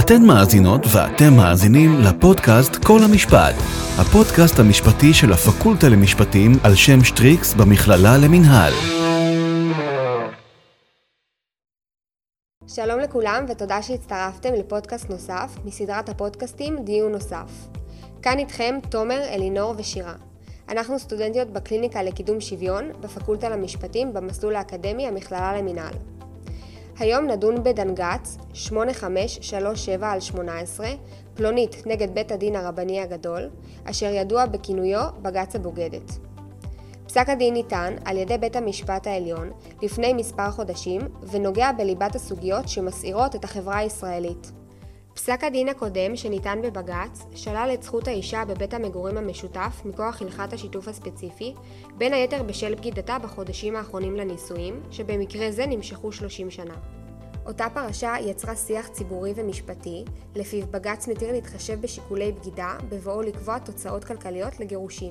אתן מאזינות ואתם מאזינים לפודקאסט כל המשפט, הפודקאסט המשפטי של הפקולטה למשפטים על שם שטריקס במכללה למינהל. שלום לכולם ותודה שהצטרפתם לפודקאסט נוסף מסדרת הפודקאסטים דיון נוסף. כאן איתכם תומר, אלינור ושירה. אנחנו סטודנטיות בקליניקה לקידום שוויון בפקולטה למשפטים במסלול האקדמי המכללה למינהל. היום נדון בדנג"ץ 8537/18 פלונית נגד בית הדין הרבני הגדול, אשר ידוע בכינויו בג"ץ הבוגדת. פסק הדין ניתן על ידי בית המשפט העליון לפני מספר חודשים ונוגע בליבת הסוגיות שמסעירות את החברה הישראלית. פסק הדין הקודם שניתן בבג"ץ שלל את זכות האישה בבית המגורים המשותף מכוח הלכת השיתוף הספציפי, בין היתר בשל בגידתה בחודשים האחרונים לנישואים, שבמקרה זה נמשכו 30 שנה. אותה פרשה יצרה שיח ציבורי ומשפטי, לפיו בג"ץ מתיר להתחשב בשיקולי בגידה בבואו לקבוע תוצאות כלכליות לגירושים.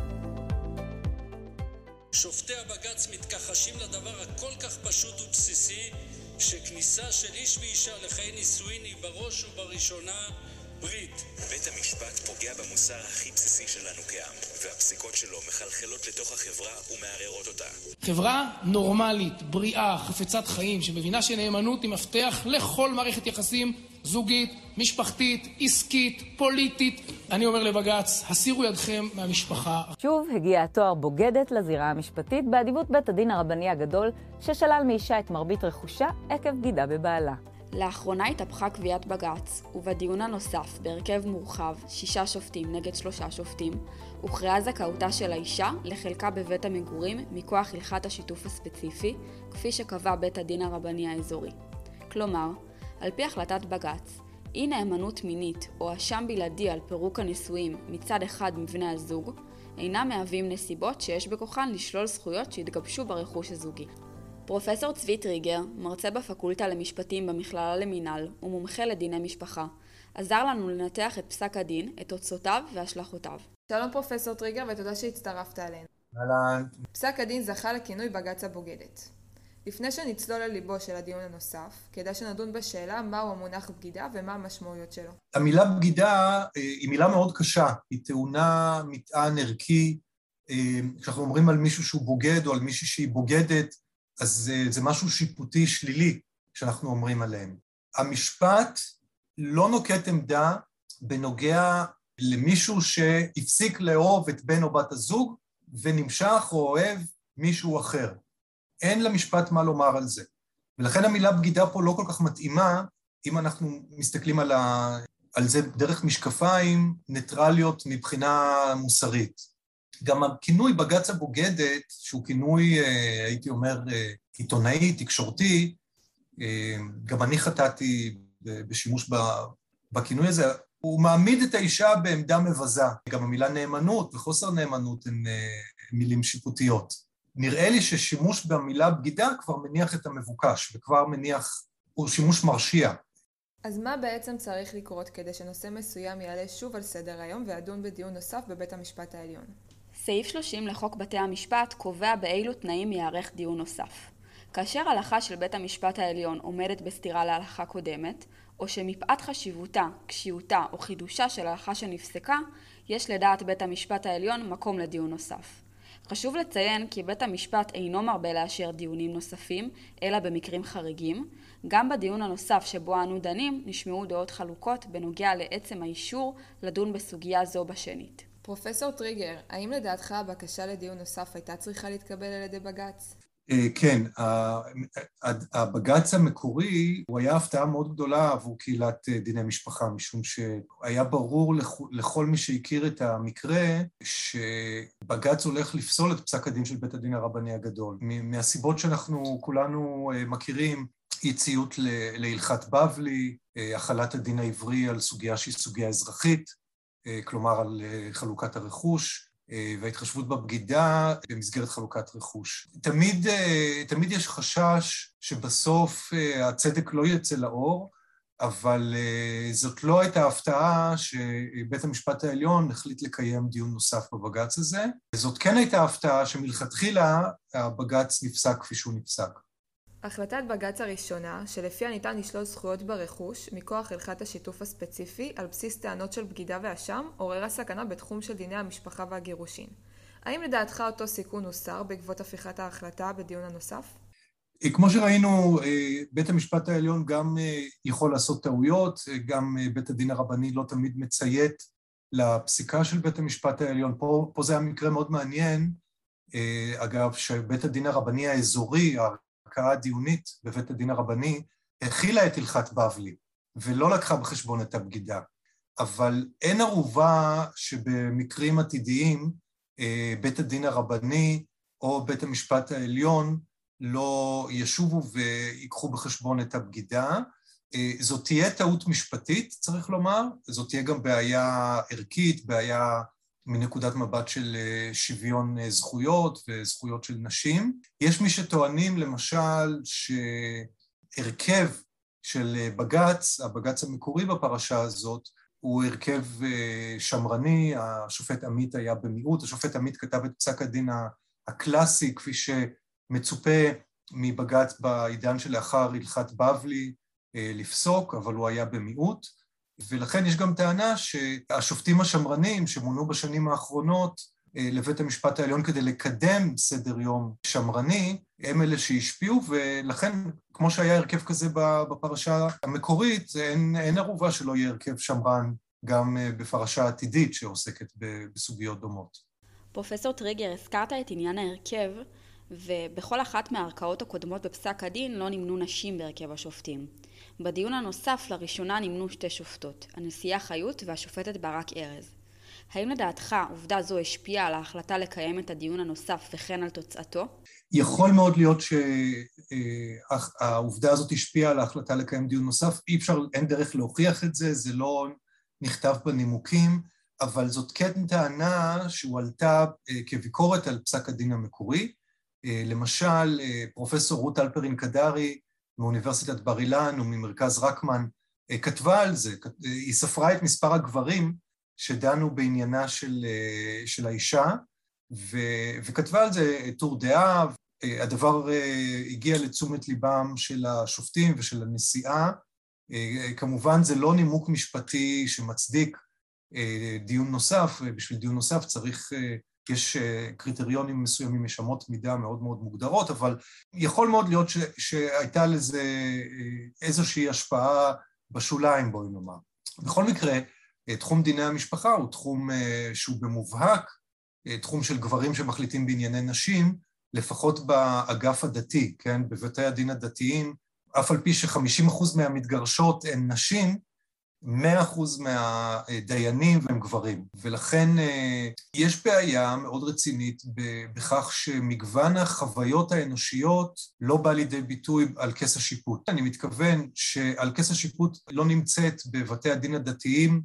שופטי הבג"ץ מתכחשים לדבר הכל כך פשוט ובסיסי, שכניסה של איש ואישה לחיי נישואין היא בראש ובראשונה ברית. בית המשפט פוגע במוסר הכי בסיסי שלנו כעם, והפסיקות שלו מחלחלות לתוך החברה ומערערות אותה. חברה נורמלית, בריאה, חפצת חיים, שמבינה שנאמנות היא מפתח לכל מערכת יחסים זוגית, משפחתית, עסקית, פוליטית. אני אומר לבג"ץ, הסירו ידכם מהמשפחה. שוב הגיע התואר בוגדת לזירה המשפטית באדיבות בית הדין הרבני הגדול, ששלל מאישה את מרבית רכושה עקב בגידה בבעלה. לאחרונה התהפכה קביעת בג"ץ, ובדיון הנוסף בהרכב מורחב 6 שופטים נגד 3 שופטים, הוכרעה זכאותה של האישה לחלקה בבית המגורים מכוח הלכת השיתוף הספציפי, כפי שקבע בית הדין הרבני האזורי. כלומר, על פי החלטת בג"ץ, אי נאמנות מינית או אשם בלעדי על פירוק הנישואים מצד אחד מבני הזוג, אינם מהווים נסיבות שיש בכוחן לשלול זכויות שהתגבשו ברכוש הזוגי. פרופסור צבי טריגר, מרצה בפקולטה למשפטים במכללה למינהל ומומחה לדיני משפחה, עזר לנו לנתח את פסק הדין, את תוצאותיו והשלכותיו. שלום פרופסור טריגר ותודה שהצטרפת אלינו. אהלן. פסק הדין זכה לכינוי בג"ץ הבוגדת. לפני שנצלול לליבו של הדיון הנוסף, כדאי שנדון בשאלה מהו המונח בגידה ומה המשמעויות שלו. המילה בגידה היא מילה מאוד קשה, היא טעונה מטען ערכי. כשאנחנו אומרים על מישהו שהוא בוגד או על מישהי שהיא בוגדת, אז זה משהו שיפוטי שלילי שאנחנו אומרים עליהם. המשפט לא נוקט עמדה בנוגע למישהו שהפסיק לאהוב את בן או בת הזוג ונמשך או אוהב מישהו אחר. אין למשפט מה לומר על זה. ולכן המילה בגידה פה לא כל כך מתאימה, אם אנחנו מסתכלים על זה דרך משקפיים ניטרליות מבחינה מוסרית. גם הכינוי בג"ץ הבוגדת, שהוא כינוי, הייתי אומר, עיתונאי, תקשורתי, גם אני חטאתי בשימוש בכינוי הזה, הוא מעמיד את האישה בעמדה מבזה. גם המילה נאמנות וחוסר נאמנות הן מילים שיפוטיות. נראה לי ששימוש במילה בגידה כבר מניח את המבוקש, וכבר מניח, הוא שימוש מרשיע. אז מה בעצם צריך לקרות כדי שנושא מסוים יעלה שוב על סדר היום וידון בדיון נוסף בבית המשפט העליון? סעיף 30 לחוק בתי המשפט קובע באילו תנאים יערך דיון נוסף. כאשר הלכה של בית המשפט העליון עומדת בסתירה להלכה קודמת, או שמפאת חשיבותה, קשיותה או חידושה של הלכה שנפסקה, יש לדעת בית המשפט העליון מקום לדיון נוסף. חשוב לציין כי בית המשפט אינו מרבה לאשר דיונים נוספים, אלא במקרים חריגים. גם בדיון הנוסף שבו אנו דנים נשמעו דעות חלוקות בנוגע לעצם האישור לדון בסוגיה זו בשנית. פרופסור טריגר, האם לדעתך הבקשה לדיון נוסף הייתה צריכה להתקבל על ידי בג"ץ? כן, הבג"ץ המקורי הוא היה הפתעה מאוד גדולה עבור קהילת דיני משפחה, משום שהיה ברור לכל מי שהכיר את המקרה שבג"ץ הולך לפסול את פסק הדין של בית הדין הרבני הגדול. מהסיבות שאנחנו כולנו מכירים, אי ציות להלכת בבלי, החלת הדין העברי על סוגיה שהיא סוגיה אזרחית, כלומר על חלוקת הרכוש, וההתחשבות בבגידה במסגרת חלוקת רכוש. תמיד יש חשש שבסוף הצדק לא יצא לאור, אבל זאת לא הייתה הפתעה שבית המשפט העליון החליט לקיים דיון נוסף בבג"ץ הזה. זאת כן הייתה הפתעה שמלכתחילה הבג"ץ נפסק כפי שהוא נפסק. החלטת בג"ץ הראשונה, שלפיה ניתן לשלול זכויות ברכוש מכוח הלכת השיתוף הספציפי על בסיס טענות של בגידה ואשם, עוררה סכנה בתחום של דיני המשפחה והגירושין. האם לדעתך אותו סיכון הוסר בעקבות הפיכת ההחלטה בדיון הנוסף? כמו שראינו, בית המשפט העליון גם יכול לעשות טעויות, גם בית הדין הרבני לא תמיד מציית לפסיקה של בית המשפט העליון. פה זה היה מקרה מאוד מעניין, אגב, שבית הדין הרבני האזורי, הערכאה הדיונית בבית הדין הרבני, הכילה את הלכת בבלי, ולא לקחה בחשבון את הבגידה. אבל אין ערובה שבמקרים עתידיים, בית הדין הרבני או בית המשפט העליון לא ישובו ויקחו בחשבון את הבגידה. זאת תהיה טעות משפטית, צריך לומר, זאת תהיה גם בעיה ערכית, בעיה מנקודת מבט של שוויון זכויות וזכויות של נשים. יש מי שטוענים למשל שהרכב של בג"ץ, הבג"ץ המקורי בפרשה הזאת, הוא הרכב שמרני, השופט עמית היה במיעוט, השופט עמית כתב את פסק הדין הקלאסי, כפי שמצופה מבג"ץ בעידן שלאחר הלכת בבלי לפסוק, אבל הוא היה במיעוט, ולכן יש גם טענה שהשופטים השמרנים שמונו בשנים האחרונות לבית המשפט העליון כדי לקדם סדר יום שמרני, הם אלה שהשפיעו, ולכן כמו שהיה הרכב כזה בפרשה המקורית, אין ערובה שלא יהיה הרכב שמרן גם בפרשה עתידית שעוסקת בסוגיות דומות. פרופסור טריגר, הזכרת את עניין ההרכב, ובכל אחת מהערכאות הקודמות בפסק הדין לא נמנו נשים בהרכב השופטים. בדיון הנוסף לראשונה נמנו שתי שופטות, הנשיאה חיות והשופטת ברק ארז. האם לדעתך עובדה זו השפיעה על ההחלטה לקיים את הדיון הנוסף וכן על תוצאתו? יכול מאוד להיות שהעובדה הזאת השפיעה על ההחלטה לקיים דיון נוסף. אין דרך להוכיח את זה, זה לא נכתב בנימוקים, אבל זאת כן טענה שהועלתה כביקורת על פסק הדין המקורי. למשל, פרופסור רות אלפרין קדרי מאוניברסיטת בר אילן וממרכז רקמן כתבה על זה, היא ספרה את מספר הגברים שדנו בעניינה של האישה, וכתבה על זה טור דעה. הדבר הגיע לתשומת ליבם של השופטים ושל הנשיאה. כמובן זה לא נימוק משפטי שמצדיק דיון נוסף, בשביל דיון נוסף יש קריטריונים מסוימים, יש אמות מידה מאוד מאוד מוגדרות, אבל יכול מאוד להיות שהייתה לזה איזושהי השפעה בשוליים, בואי נאמר. בכל מקרה, תחום דיני המשפחה הוא תחום שהוא במובהק, תחום של גברים שמחליטים בענייני נשים, לפחות באגף הדתי, כן? בבתי הדין הדתיים, אף על פי ש50% מהמתגרשות הן נשים, 100% מהדיינים הם גברים, ולכן יש בעיה מאוד רצינית בכך שמגוון החוויות האנושיות לא בא לידי ביטוי על כס השיפוט. אני מתכוון שעל כס השיפוט לא נמצאת בבתי הדין הדתיים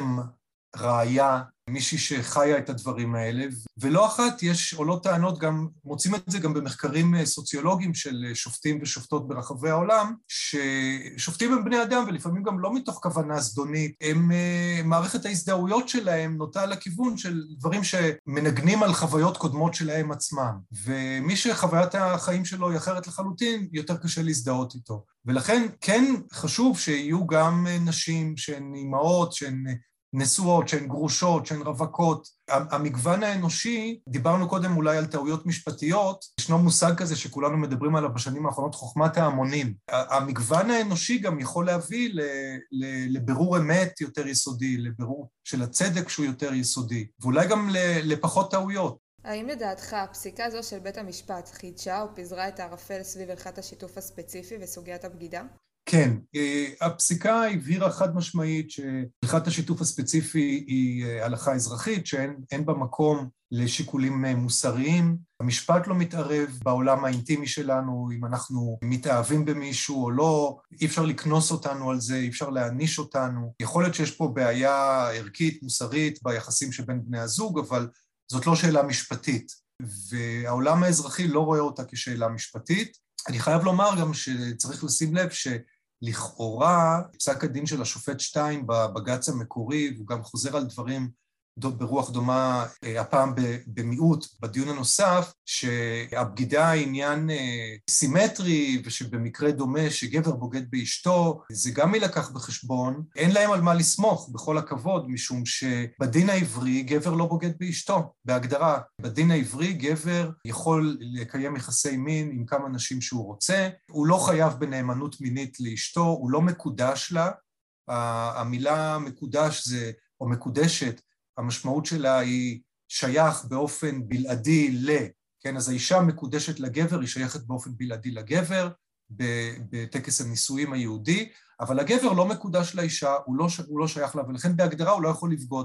ראיה, מישהי שחיה את הדברים האלה, ולא אחת עולות טענות, גם מוצאים את זה גם במחקרים סוציולוגיים של שופטים ושופטות ברחבי העולם, ששופטים הם בני אדם, ולפעמים גם לא מתוך כוונה זדונית, מערכת ההזדהויות שלהם נוטה לכיוון של דברים שמנגנים על חוויות קודמות שלהם עצמם, ומי שחוויית החיים שלו היא אחרת לחלוטין, יותר קשה להזדהות איתו. ולכן כן חשוב שיהיו גם נשים שהן אימהות, שהן נשואות, שהן גרושות, שהן רווקות. המגוון האנושי, דיברנו קודם אולי על טעויות משפטיות, ישנו מושג כזה שכולנו מדברים עליו בשנים האחרונות, חוכמת ההמונים. המגוון האנושי גם יכול להביא לבירור אמת יותר יסודי, לבירור של הצדק שהוא יותר יסודי, ואולי גם לפחות טעויות. האם לדעתך הפסיקה זו של בית המשפט חידשה או פיזרה את הערפל סביב הלכת השיתוף הספציפי וסוגיית הבגידה? כן, הפסיקה הבהירה חד משמעית שהלכת השיתוף הספציפי היא הלכה אזרחית, שאין בה מקום לשיקולים מוסריים. המשפט לא מתערב בעולם האינטימי שלנו, אם אנחנו מתאהבים במישהו או לא, אי אפשר לקנוס אותנו על זה, אי אפשר להעניש אותנו. יכול להיות שיש פה בעיה ערכית, מוסרית, ביחסים שבין בני הזוג, אבל זאת לא שאלה משפטית, והעולם האזרחי לא רואה אותה כשאלה משפטית. אני חייב לומר גם שצריך לשים לב שלכאורה פסק הדין של השופט שטיין בבג"ץ המקורי, והוא גם חוזר על דברים ברוח דומה, הפעם במיעוט, בדיון הנוסף, שהבגידה היא עניין סימטרי, ושבמקרה דומה שגבר בוגד באשתו, זה גם ילקח בחשבון. אין להם על מה לסמוך, בכל הכבוד, משום שבדין העברי גבר לא בוגד באשתו, בהגדרה. בדין העברי גבר יכול לקיים יחסי מין עם כמה נשים שהוא רוצה, הוא לא חייב בנאמנות מינית לאשתו, הוא לא מקודש לה. המילה מקודש זה, או מקודשת, המשמעות שלה היא שייך באופן בלעדי כן, אז האישה מקודשת לגבר, היא שייכת באופן בלעדי לגבר, בטקס הנישואים היהודי, אבל הגבר לא מקודש לאישה, הוא לא שייך לה, ולכן בהגדרה הוא לא יכול לבגוד.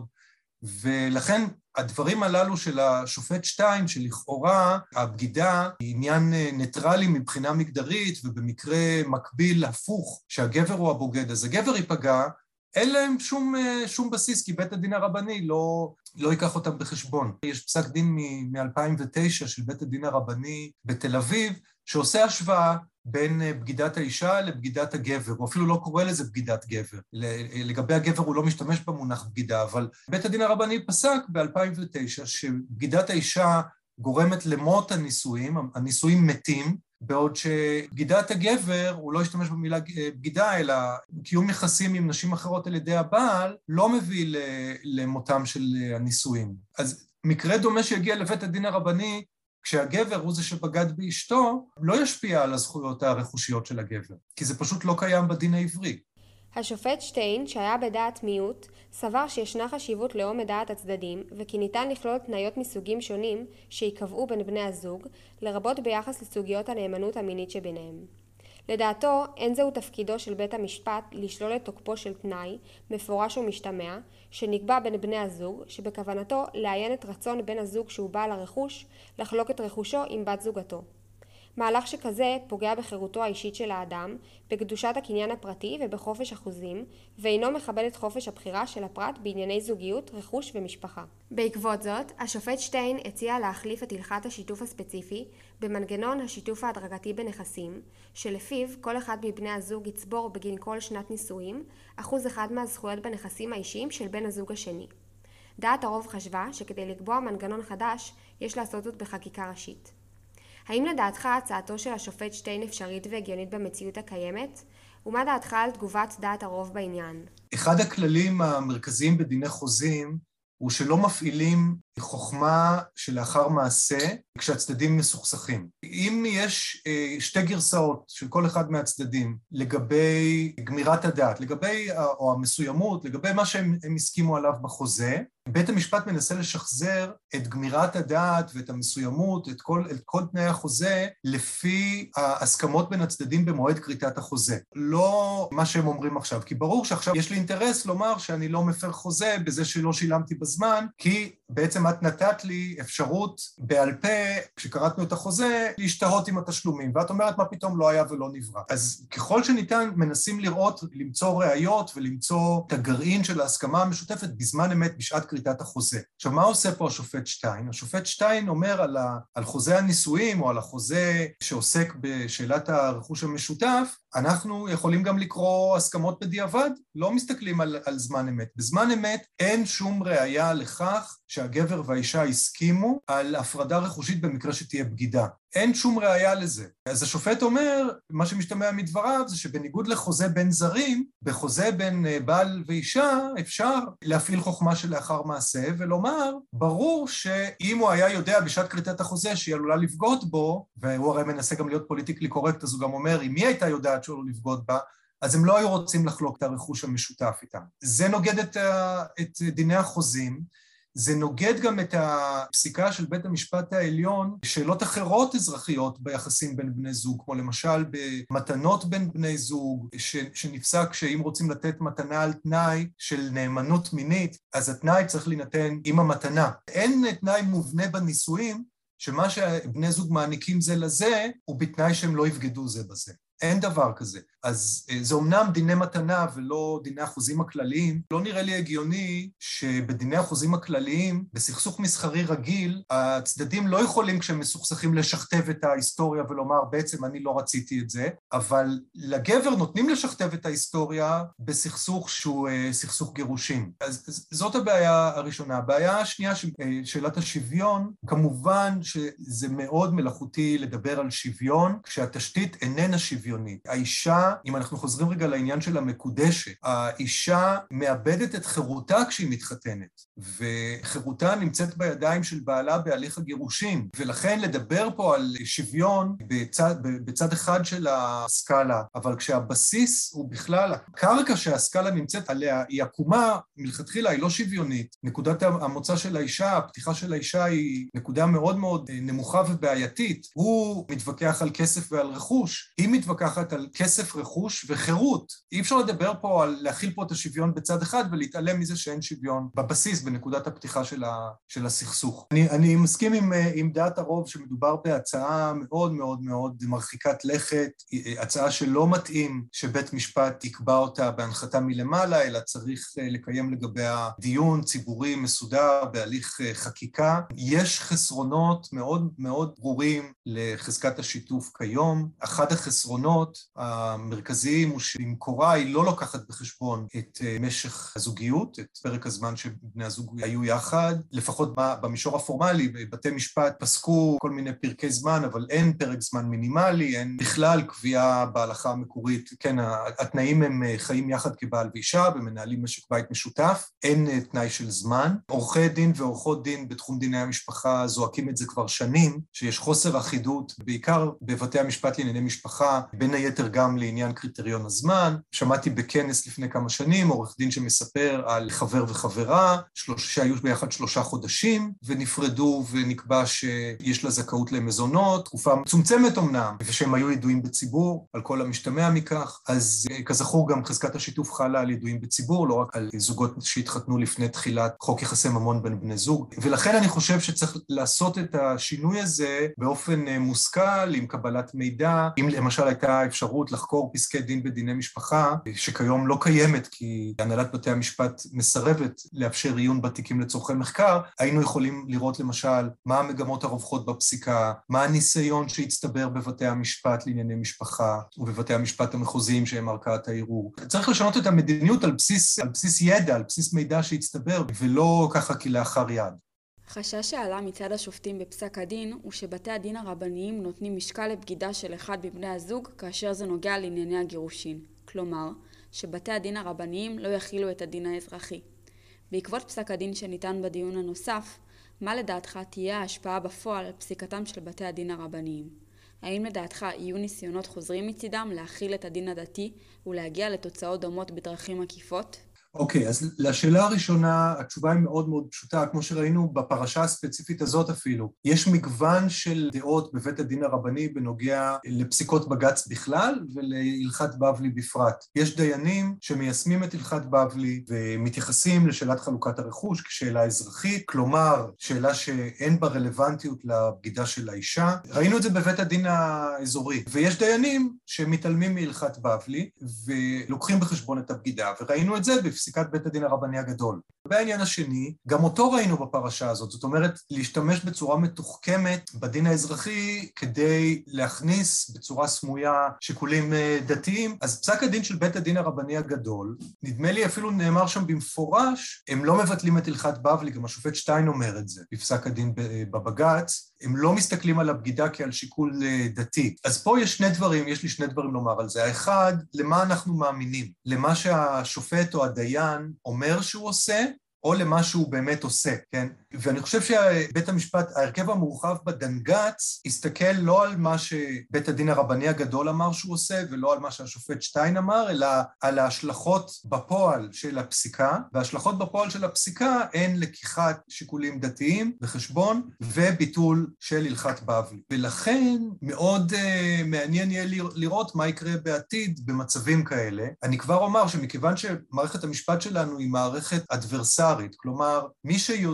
ולכן הדברים הללו של השופט שטיין, שלכאורה הבגידה היא עניין ניטרלי מבחינה מגדרית, ובמקרה מקביל הפוך, שהגבר הוא הבוגד, אז הגבר ייפגע, אין להם שום בסיס, כי בית הדין הרבני לא ייקח אותם בחשבון. יש פסק דין מ-2009 של בית הדין הרבני בתל אביב, שעושה השוואה בין בגידת האישה לבגידת הגבר, הוא אפילו לא קורא לזה בגידת גבר. לגבי הגבר הוא לא משתמש במונח בגידה, אבל בית הדין הרבני פסק ב-2009 שבגידת האישה גורמת למות הנישואים מתים, בעוד שבגידת הגבר, הוא לא השתמש במילה בגידה, אלא קיום יחסים עם נשים אחרות על ידי הבעל, לא מביא למותם של הנישואים. אז מקרה דומה שיגיע לבית הדין הרבני, כשהגבר הוא זה שבגד באשתו, לא ישפיע על הזכויות הרכושיות של הגבר, כי זה פשוט לא קיים בדין העברי. השופט שטיין, שהיה בדעת מיעוט, סבר שישנה חשיבות לאום מדעת הצדדים, וכי ניתן לכלול תנאיות מסוגים שונים שיקבעו בין בני הזוג, לרבות ביחס לסוגיות הנאמנות המינית שביניהם. לדעתו, אין זהו תפקידו של בית המשפט לשלול את תוקפו של תנאי, מפורש ומשתמע, שנקבע בין בני הזוג, שבכוונתו לעיין את רצון בן הזוג שהוא בעל הרכוש, לחלוק את רכושו עם בת זוגתו. מהלך שכזה פוגע בחירותו האישית של האדם, בקדושת הקניין הפרטי ובחופש החוזים, ואינו מכבד את חופש הבחירה של הפרט בענייני זוגיות, רכוש ומשפחה. בעקבות זאת, השופט שטיין הציע להחליף את הלכת השיתוף הספציפי במנגנון השיתוף ההדרגתי בנכסים, שלפיו כל אחד מבני הזוג יצבור בגין כל שנת נישואים 1% מהזכויות בנכסים האישיים של בן הזוג השני. דעת הרוב חשבה שכדי לקבוע מנגנון חדש יש לעשות זאת בחקיקה ראשית. האם לדעתך הצעתו של השופט שטיין אפשרית והגיונית במציאות הקיימת? ומה דעתך על תגובת דעת הרוב בעניין? אחד הכללים המרכזיים בדיני חוזים הוא שלא מפעילים חוכמה שלאחר מעשה כשהצדדים מסוכסכים. אם יש שתי גרסאות של כל אחד מהצדדים לגבי גמירת הדעת, לגבי או המסוימות, לגבי מה שהם הסכימו עליו בחוזה, בית המשפט מנסה לשחזר את גמירת הדעת ואת המסוימות, את כל תנאי החוזה, לפי ההסכמות בין הצדדים במועד כריתת החוזה. לא מה שהם אומרים עכשיו, כי ברור שעכשיו יש לי אינטרס לומר שאני לא מפר חוזה בזה שלא שילמתי בזמן, כי בעצם את נתת לי אפשרות בעל פה, כשקראתנו את החוזה, להשתהות עם התשלומים, ואת אומרת מה פתאום לא היה ולא נברא. אז ככל שניתן מנסים לראות, למצוא ראיות ולמצוא את הגרעין של ההסכמה המשותפת בזמן אמת בשעת כריתת החוזה. עכשיו, מה עושה פה השופט שטיין? השופט שטיין אומר על חוזה הנישואים או על החוזה שעוסק בשאלת הרכוש המשותף, אנחנו יכולים גם לקרוא הסכמות בדיעבד, לא מסתכלים על זמן אמת. בזמן אמת אין שום ראיה לכך שהגבר והאישה הסכימו על הפרדה רכושית במקרה שתהיה בגידה. אין שום ראיה לזה. אז השופט אומר, מה שמשתמע מדבריו זה שבניגוד לחוזה בין זרים, בחוזה בין בעל ואישה אפשר להפעיל חוכמה שלאחר מעשה ולומר, ברור שאם הוא היה יודע בשעת כריתת החוזה שהיא עלולה לבגוד בו, והוא הרי מנסה גם להיות פוליטיקלי קורקט, אז הוא גם אומר, אם היא הייתה יודעת שהוא לא לבגוד בה, אז הם לא היו רוצים לחלוק את הרכוש המשותף איתם. זה נוגד את דיני החוזים, זה נוגד גם את הפסיקה של בית המשפט העליון, שאלות אחרות אזרחיות ביחסים בין בני זוג, כמו למשל במתנות בין בני זוג, שנפסק שאם רוצים לתת מתנה על תנאי של נאמנות מינית, אז התנאי צריך להינתן עם המתנה. אין תנאי מובנה בנישואים, שמה שבני זוג מעניקים זה לזה, הוא בתנאי שהם לא יבגדו זה בזה. אין דבר כזה. אז זה אומנם דיני מתנה ולא דיני החוזים הכלליים. לא נראה לי הגיוני שבדיני החוזים הכלליים, בסכסוך מסחרי רגיל, הצדדים לא יכולים כשהם מסוכסכים לשכתב את ההיסטוריה ולומר בעצם אני לא רציתי את זה, אבל לגבר נותנים לשכתב את ההיסטוריה בסכסוך שהוא סכסוך גירושים. אז זאת הבעיה הראשונה. הבעיה השנייה, שאלת השוויון, כמובן שזה מאוד מלאכותי לדבר על שוויון כשהתשתית איננה שוויונית. האישה, אם אנחנו חוזרים רגע לעניין של המקודשת, האישה מאבדת את חירותה כשהיא מתחתנת, וחירותה נמצאת בידיים של בעלה בהליך הגירושים, ולכן לדבר פה על שוויון בצד אחד של הסקאלה, אבל כשהבסיס הוא בכלל, הקרקע שהסקאלה נמצאת עליה היא עקומה, מלכתחילה היא לא שוויונית. נקודת המוצא של האישה, הפתיחה של האישה היא נקודה מאוד מאוד נמוכה ובעייתית. הוא מתווכח על כסף ועל רכוש, היא מתווכחת על כסף, רכוש וחירות. אי אפשר לדבר פה על להכיל פה את השוויון בצד אחד ולהתעלם מזה שאין שוויון בבסיס, בנקודת הפתיחה של הסכסוך. אני מסכים עם דעת הרוב שמדובר בהצעה מאוד מאוד מאוד מרחיקת לכת, הצעה שלא מתאים שבית משפט יקבע אותה בהנחתה מלמעלה, אלא צריך לקיים לגביה דיון ציבורי מסודר בהליך חקיקה. יש חסרונות מאוד מאוד ברורים לחזקת השיתוף כיום. אחד החסרונות המרכזיים הוא שבמקורה היא לא לוקחת בחשבון את משך הזוגיות, את פרק הזמן שבני הזוג היו יחד, לפחות במישור הפורמלי. בתי משפט פסקו כל מיני פרקי זמן, אבל אין פרק זמן מינימלי, אין בכלל קביעה בהלכה המקורית. כן, התנאים הם חיים יחד כבעל ואישה, ומנהלים משק בית משותף, אין תנאי של זמן. עורכי דין ועורכות דין בתחום דיני המשפחה זועקים את זה כבר שנים, שיש חוסר אחידות, בעיקר בבתי המשפט לענייני משפחה, בין היתר גם לעניין קריטריון הזמן. שמעתי בכנס לפני כמה שנים, עורך דין שמספר על חבר וחברה, שהיו ביחד 3 חודשים, ונפרדו ונקבע שיש לה זכאות למזונות, תקופה מצומצמת אמנם, ושהם היו ידועים בציבור, על כל המשתמע מכך. אז כזכור גם חזקת השיתוף חלה על ידועים בציבור, לא רק על זוגות שהתחתנו לפני תחילת חוק יחסי ממון בין בני זוג. ולכן אני חושב שצריך לעשות את השינוי הזה באופן מושכל, עם קבלת מידע. אם למשל הייתה אפשרות לחקור פסקי דין בדיני משפחה, שכיום לא קיימת כי הנהלת בתי המשפט מסרבת לאפשר עיון בתיקים לצורכי מחקר, היינו יכולים לראות למשל מה המגמות הרווחות בפסיקה, מה הניסיון שהצטבר בבתי המשפט לענייני משפחה ובבתי המשפט המחוזיים שהם ערכאת הערעור. צריך לשנות את המדיניות על בסיס ידע, על בסיס מידע שהצטבר, ולא ככה כלאחר יד. חשש שעלה מצד השופטים בפסק הדין הוא שבתי הדין הרבניים נותנים משקל לבגידה של אחד מבני הזוג כאשר זה נוגע לענייני הגירושין. כלומר, שבתי הדין הרבניים לא יכילו את הדין האזרחי. בעקבות פסק הדין שניתן בדיון הנוסף, מה לדעתך תהיה ההשפעה בפועל על פסיקתם של בתי הדין הרבניים? האם לדעתך יהיו ניסיונות חוזרים מצידם להכיל את הדין הדתי ולהגיע לתוצאות דומות בדרכים עקיפות? אוקיי, אז לשאלה הראשונה, התשובה היא מאוד מאוד פשוטה, כמו שראינו בפרשה הספציפית הזאת אפילו. יש מגוון של דעות בבית הדין הרבני בנוגע לפסיקות בג"ץ בכלל ולהלכת בבלי בפרט. יש דיינים שמיישמים את הלכת בבלי ומתייחסים לשאלת חלוקת הרכוש כשאלה אזרחית, כלומר, שאלה שאין בה רלוונטיות לבגידה של האישה. ראינו את זה בבית הדין האזורי, ויש דיינים שמתעלמים מהלכת בבלי ולוקחים בחשבון את הבגידה, וראינו את זה בפסיקת בית הדין הרבני הגדול. בעניין השני, גם אותו ראינו בפרשה הזאת, זאת אומרת, להשתמש בצורה מתוחכמת בדין האזרחי כדי להכניס בצורה סמויה שיקולים דתיים. אז פסק הדין של בית הדין הרבני הגדול, נדמה לי אפילו נאמר שם במפורש, הם לא מבטלים את הלכת בבלי, גם השופט שטיין אומר את זה בפסק הדין בבג"ץ, הם לא מסתכלים על הבגידה כעל שיקול דתי. אז פה יש לי שני דברים לומר על זה. האחד, למה אנחנו מאמינים? למה שהשופט או הדיין אומר שהוא עושה, או למה שהוא באמת עושה, כן? ואני חושב שבית המשפט, ההרכב המורחב בדנגץ, הסתכל לא על מה שבית הדין הרבני הגדול אמר שהוא עושה, ולא על מה שהשופט שטיין אמר, אלא על ההשלכות בפועל של הפסיקה, וההשלכות בפועל של הפסיקה הן לקיחת שיקולים דתיים בחשבון, וביטול של הלכת בבלי. ולכן מאוד מעניין יהיה לראות מה יקרה בעתיד במצבים כאלה. אני כבר אומר שמכיוון שמערכת המשפט שלנו היא מערכת אדברסרית, כלומר, מי שיוזם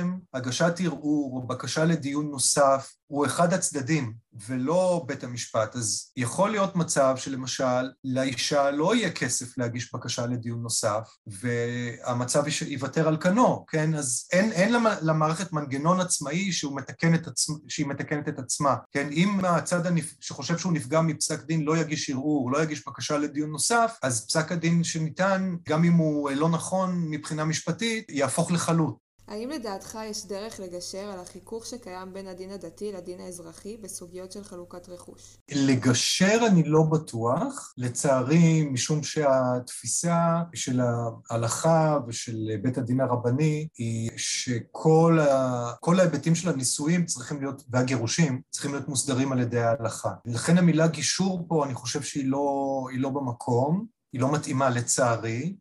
שבהם הגשת ערעור או בקשה לדיון נוסף הוא אחד הצדדים ולא בית המשפט, אז יכול להיות מצב שלמשל לאישה לא יהיה כסף להגיש בקשה לדיון נוסף והמצב ייוותר על כנו, כן? אז אין למערכת מנגנון עצמאי שהיא מתקנת את עצמה, כן? אם הצד שחושב שהוא נפגע מפסק דין לא יגיש ערעור, לא יגיש בקשה לדיון נוסף, אז פסק הדין שניתן, גם אם הוא לא נכון מבחינה משפטית, יהפוך לחלוט. האם לדעתך יש דרך לגשר על החיכוך שקיים בין הדין הדתי לדין האזרחי בסוגיות של חלוקת רכוש? לגשר אני לא בטוח, לצערי, משום שהתפיסה של ההלכה ושל בית הדין הרבני היא שכל ההיבטים של הנישואים צריכים להיות, והגירושים צריכים להיות מוסדרים על ידי ההלכה. ולכן המילה גישור פה, אני חושב שהיא לא במקום, היא לא מתאימה לצערי.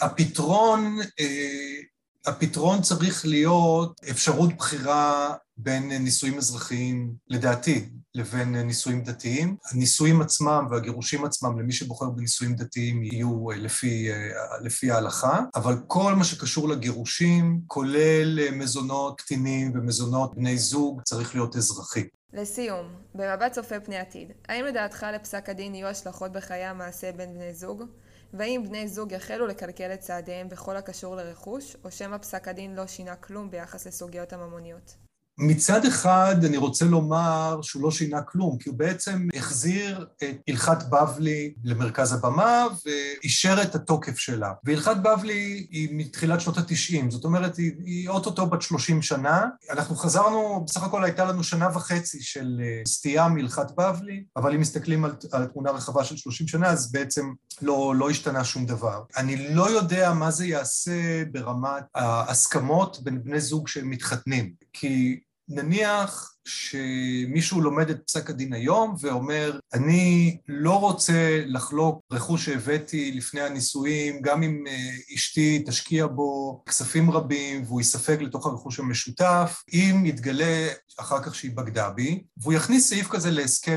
הפתרון צריך להיות אפשרות בחירה בין נישואים אזרחיים, לדעתי, לבין נישואים דתיים. הנישואים עצמם והגירושים עצמם, למי שבוחר בנישואים דתיים, יהיו לפי ההלכה, אבל כל מה שקשור לגירושים, כולל מזונות קטינים ומזונות בני זוג, צריך להיות אזרחי. לסיום, במבט צופה פני עתיד, האם לדעתך לפסק הדין יהיו השלכות בחיי המעשה בין בני זוג? והאם בני זוג יחלו לקלקל את צעדיהם בכל הקשור לרכוש, או שמא פסק הדין לא שינה כלום ביחס לסוגיות הממוניות? מצד אחד אני רוצה לומר שהוא לא שינה כלום, כי הוא בעצם החזיר את הלכת בבלי למרכז הבמה ואישר את התוקף שלה. והלכת בבלי היא מתחילת שנות ה-90, זאת אומרת היא אוטוטו בת 30 שנה. אנחנו חזרנו, בסך הכל הייתה לנו שנה וחצי של סטייה מהלכת בבלי, אבל אם מסתכלים על תמונה רחבה של 30 שנה, אז בעצם לא השתנה שום דבר. אני לא יודע מה זה יעשה ברמת ההסכמות בין בני זוג שמתחתנים, כי נניח שמישהו לומד את פסק הדין היום ואומר, אני לא רוצה לחלוק רכוש שהבאתי לפני הנישואים, גם אם אשתי תשקיע בו כספים רבים והוא יספג לתוך הרכוש המשותף, אם יתגלה אחר כך שהיא בגדה בי, והוא יכניס סעיף כזה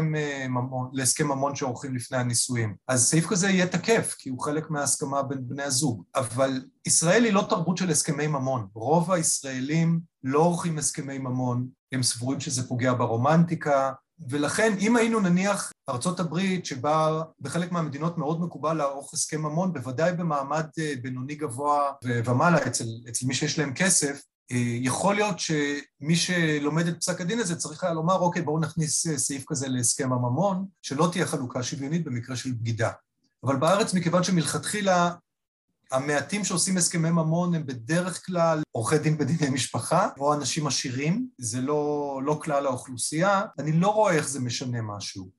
להסכם ממון שעורכים לפני הנישואים. אז סעיף כזה יהיה תקף, כי הוא חלק מההסכמה בין בני הזוג. אבל ישראל היא לא תרבות של הסכמי ממון. רוב הישראלים לא עורכים הסכמי ממון, הם סבורים שזה פוגע ברומנטיקה, ולכן אם היינו נניח ארצות הברית, שבה בחלק מהמדינות מאוד מקובל לערוך הסכם ממון, בוודאי במעמד בינוני גבוה ומעלה אצל מי שיש להם כסף, יכול להיות שמי שלומד את פסק הדין הזה צריך היה לומר, אוקיי, בואו נכניס סעיף כזה להסכם הממון, שלא תהיה חלוקה שוויונית במקרה של בגידה. אבל בארץ, מכיוון שמלכתחילה המעטים שעושים הסכמי ממון הם בדרך כלל עורכי דין בדיני משפחה, או אנשים עשירים, זה לא כלל האוכלוסייה, אני לא רואה איך זה משנה משהו.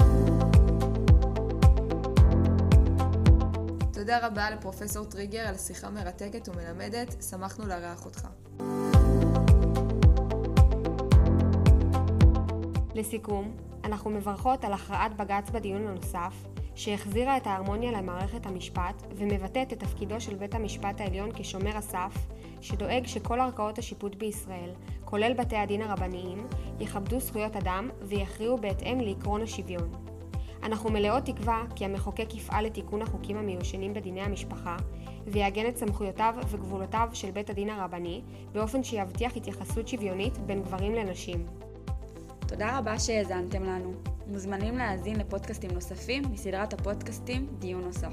תודה רבה לפרופסור טריגר על שיחה מרתקת ומלמדת, שמחנו לארח אותך. לסיכום, אנחנו מברכות על הכרעת בג"ץ בדיון הנוסף, שהחזירה את ההרמוניה למערכת המשפט ומבטאת את תפקידו של בית המשפט העליון כשומר הסף, שדואג שכל ערכאות השיפוט בישראל, כולל בתי הדין הרבניים, יכבדו זכויות אדם ויכריעו בהתאם לעקרון השוויון. אנחנו מלאות תקווה כי המחוקק יפעל לתיקון החוקים המיושנים בדיני המשפחה, ויעגן את סמכויותיו וגבולותיו של בית הדין הרבני, באופן שיבטיח התייחסות שוויונית בין גברים לנשים. תודה רבה שהאזנתם לנו. מוזמנים להאזין לפודקאסטים נוספים מסדרת הפודקאסטים דיון נוסף.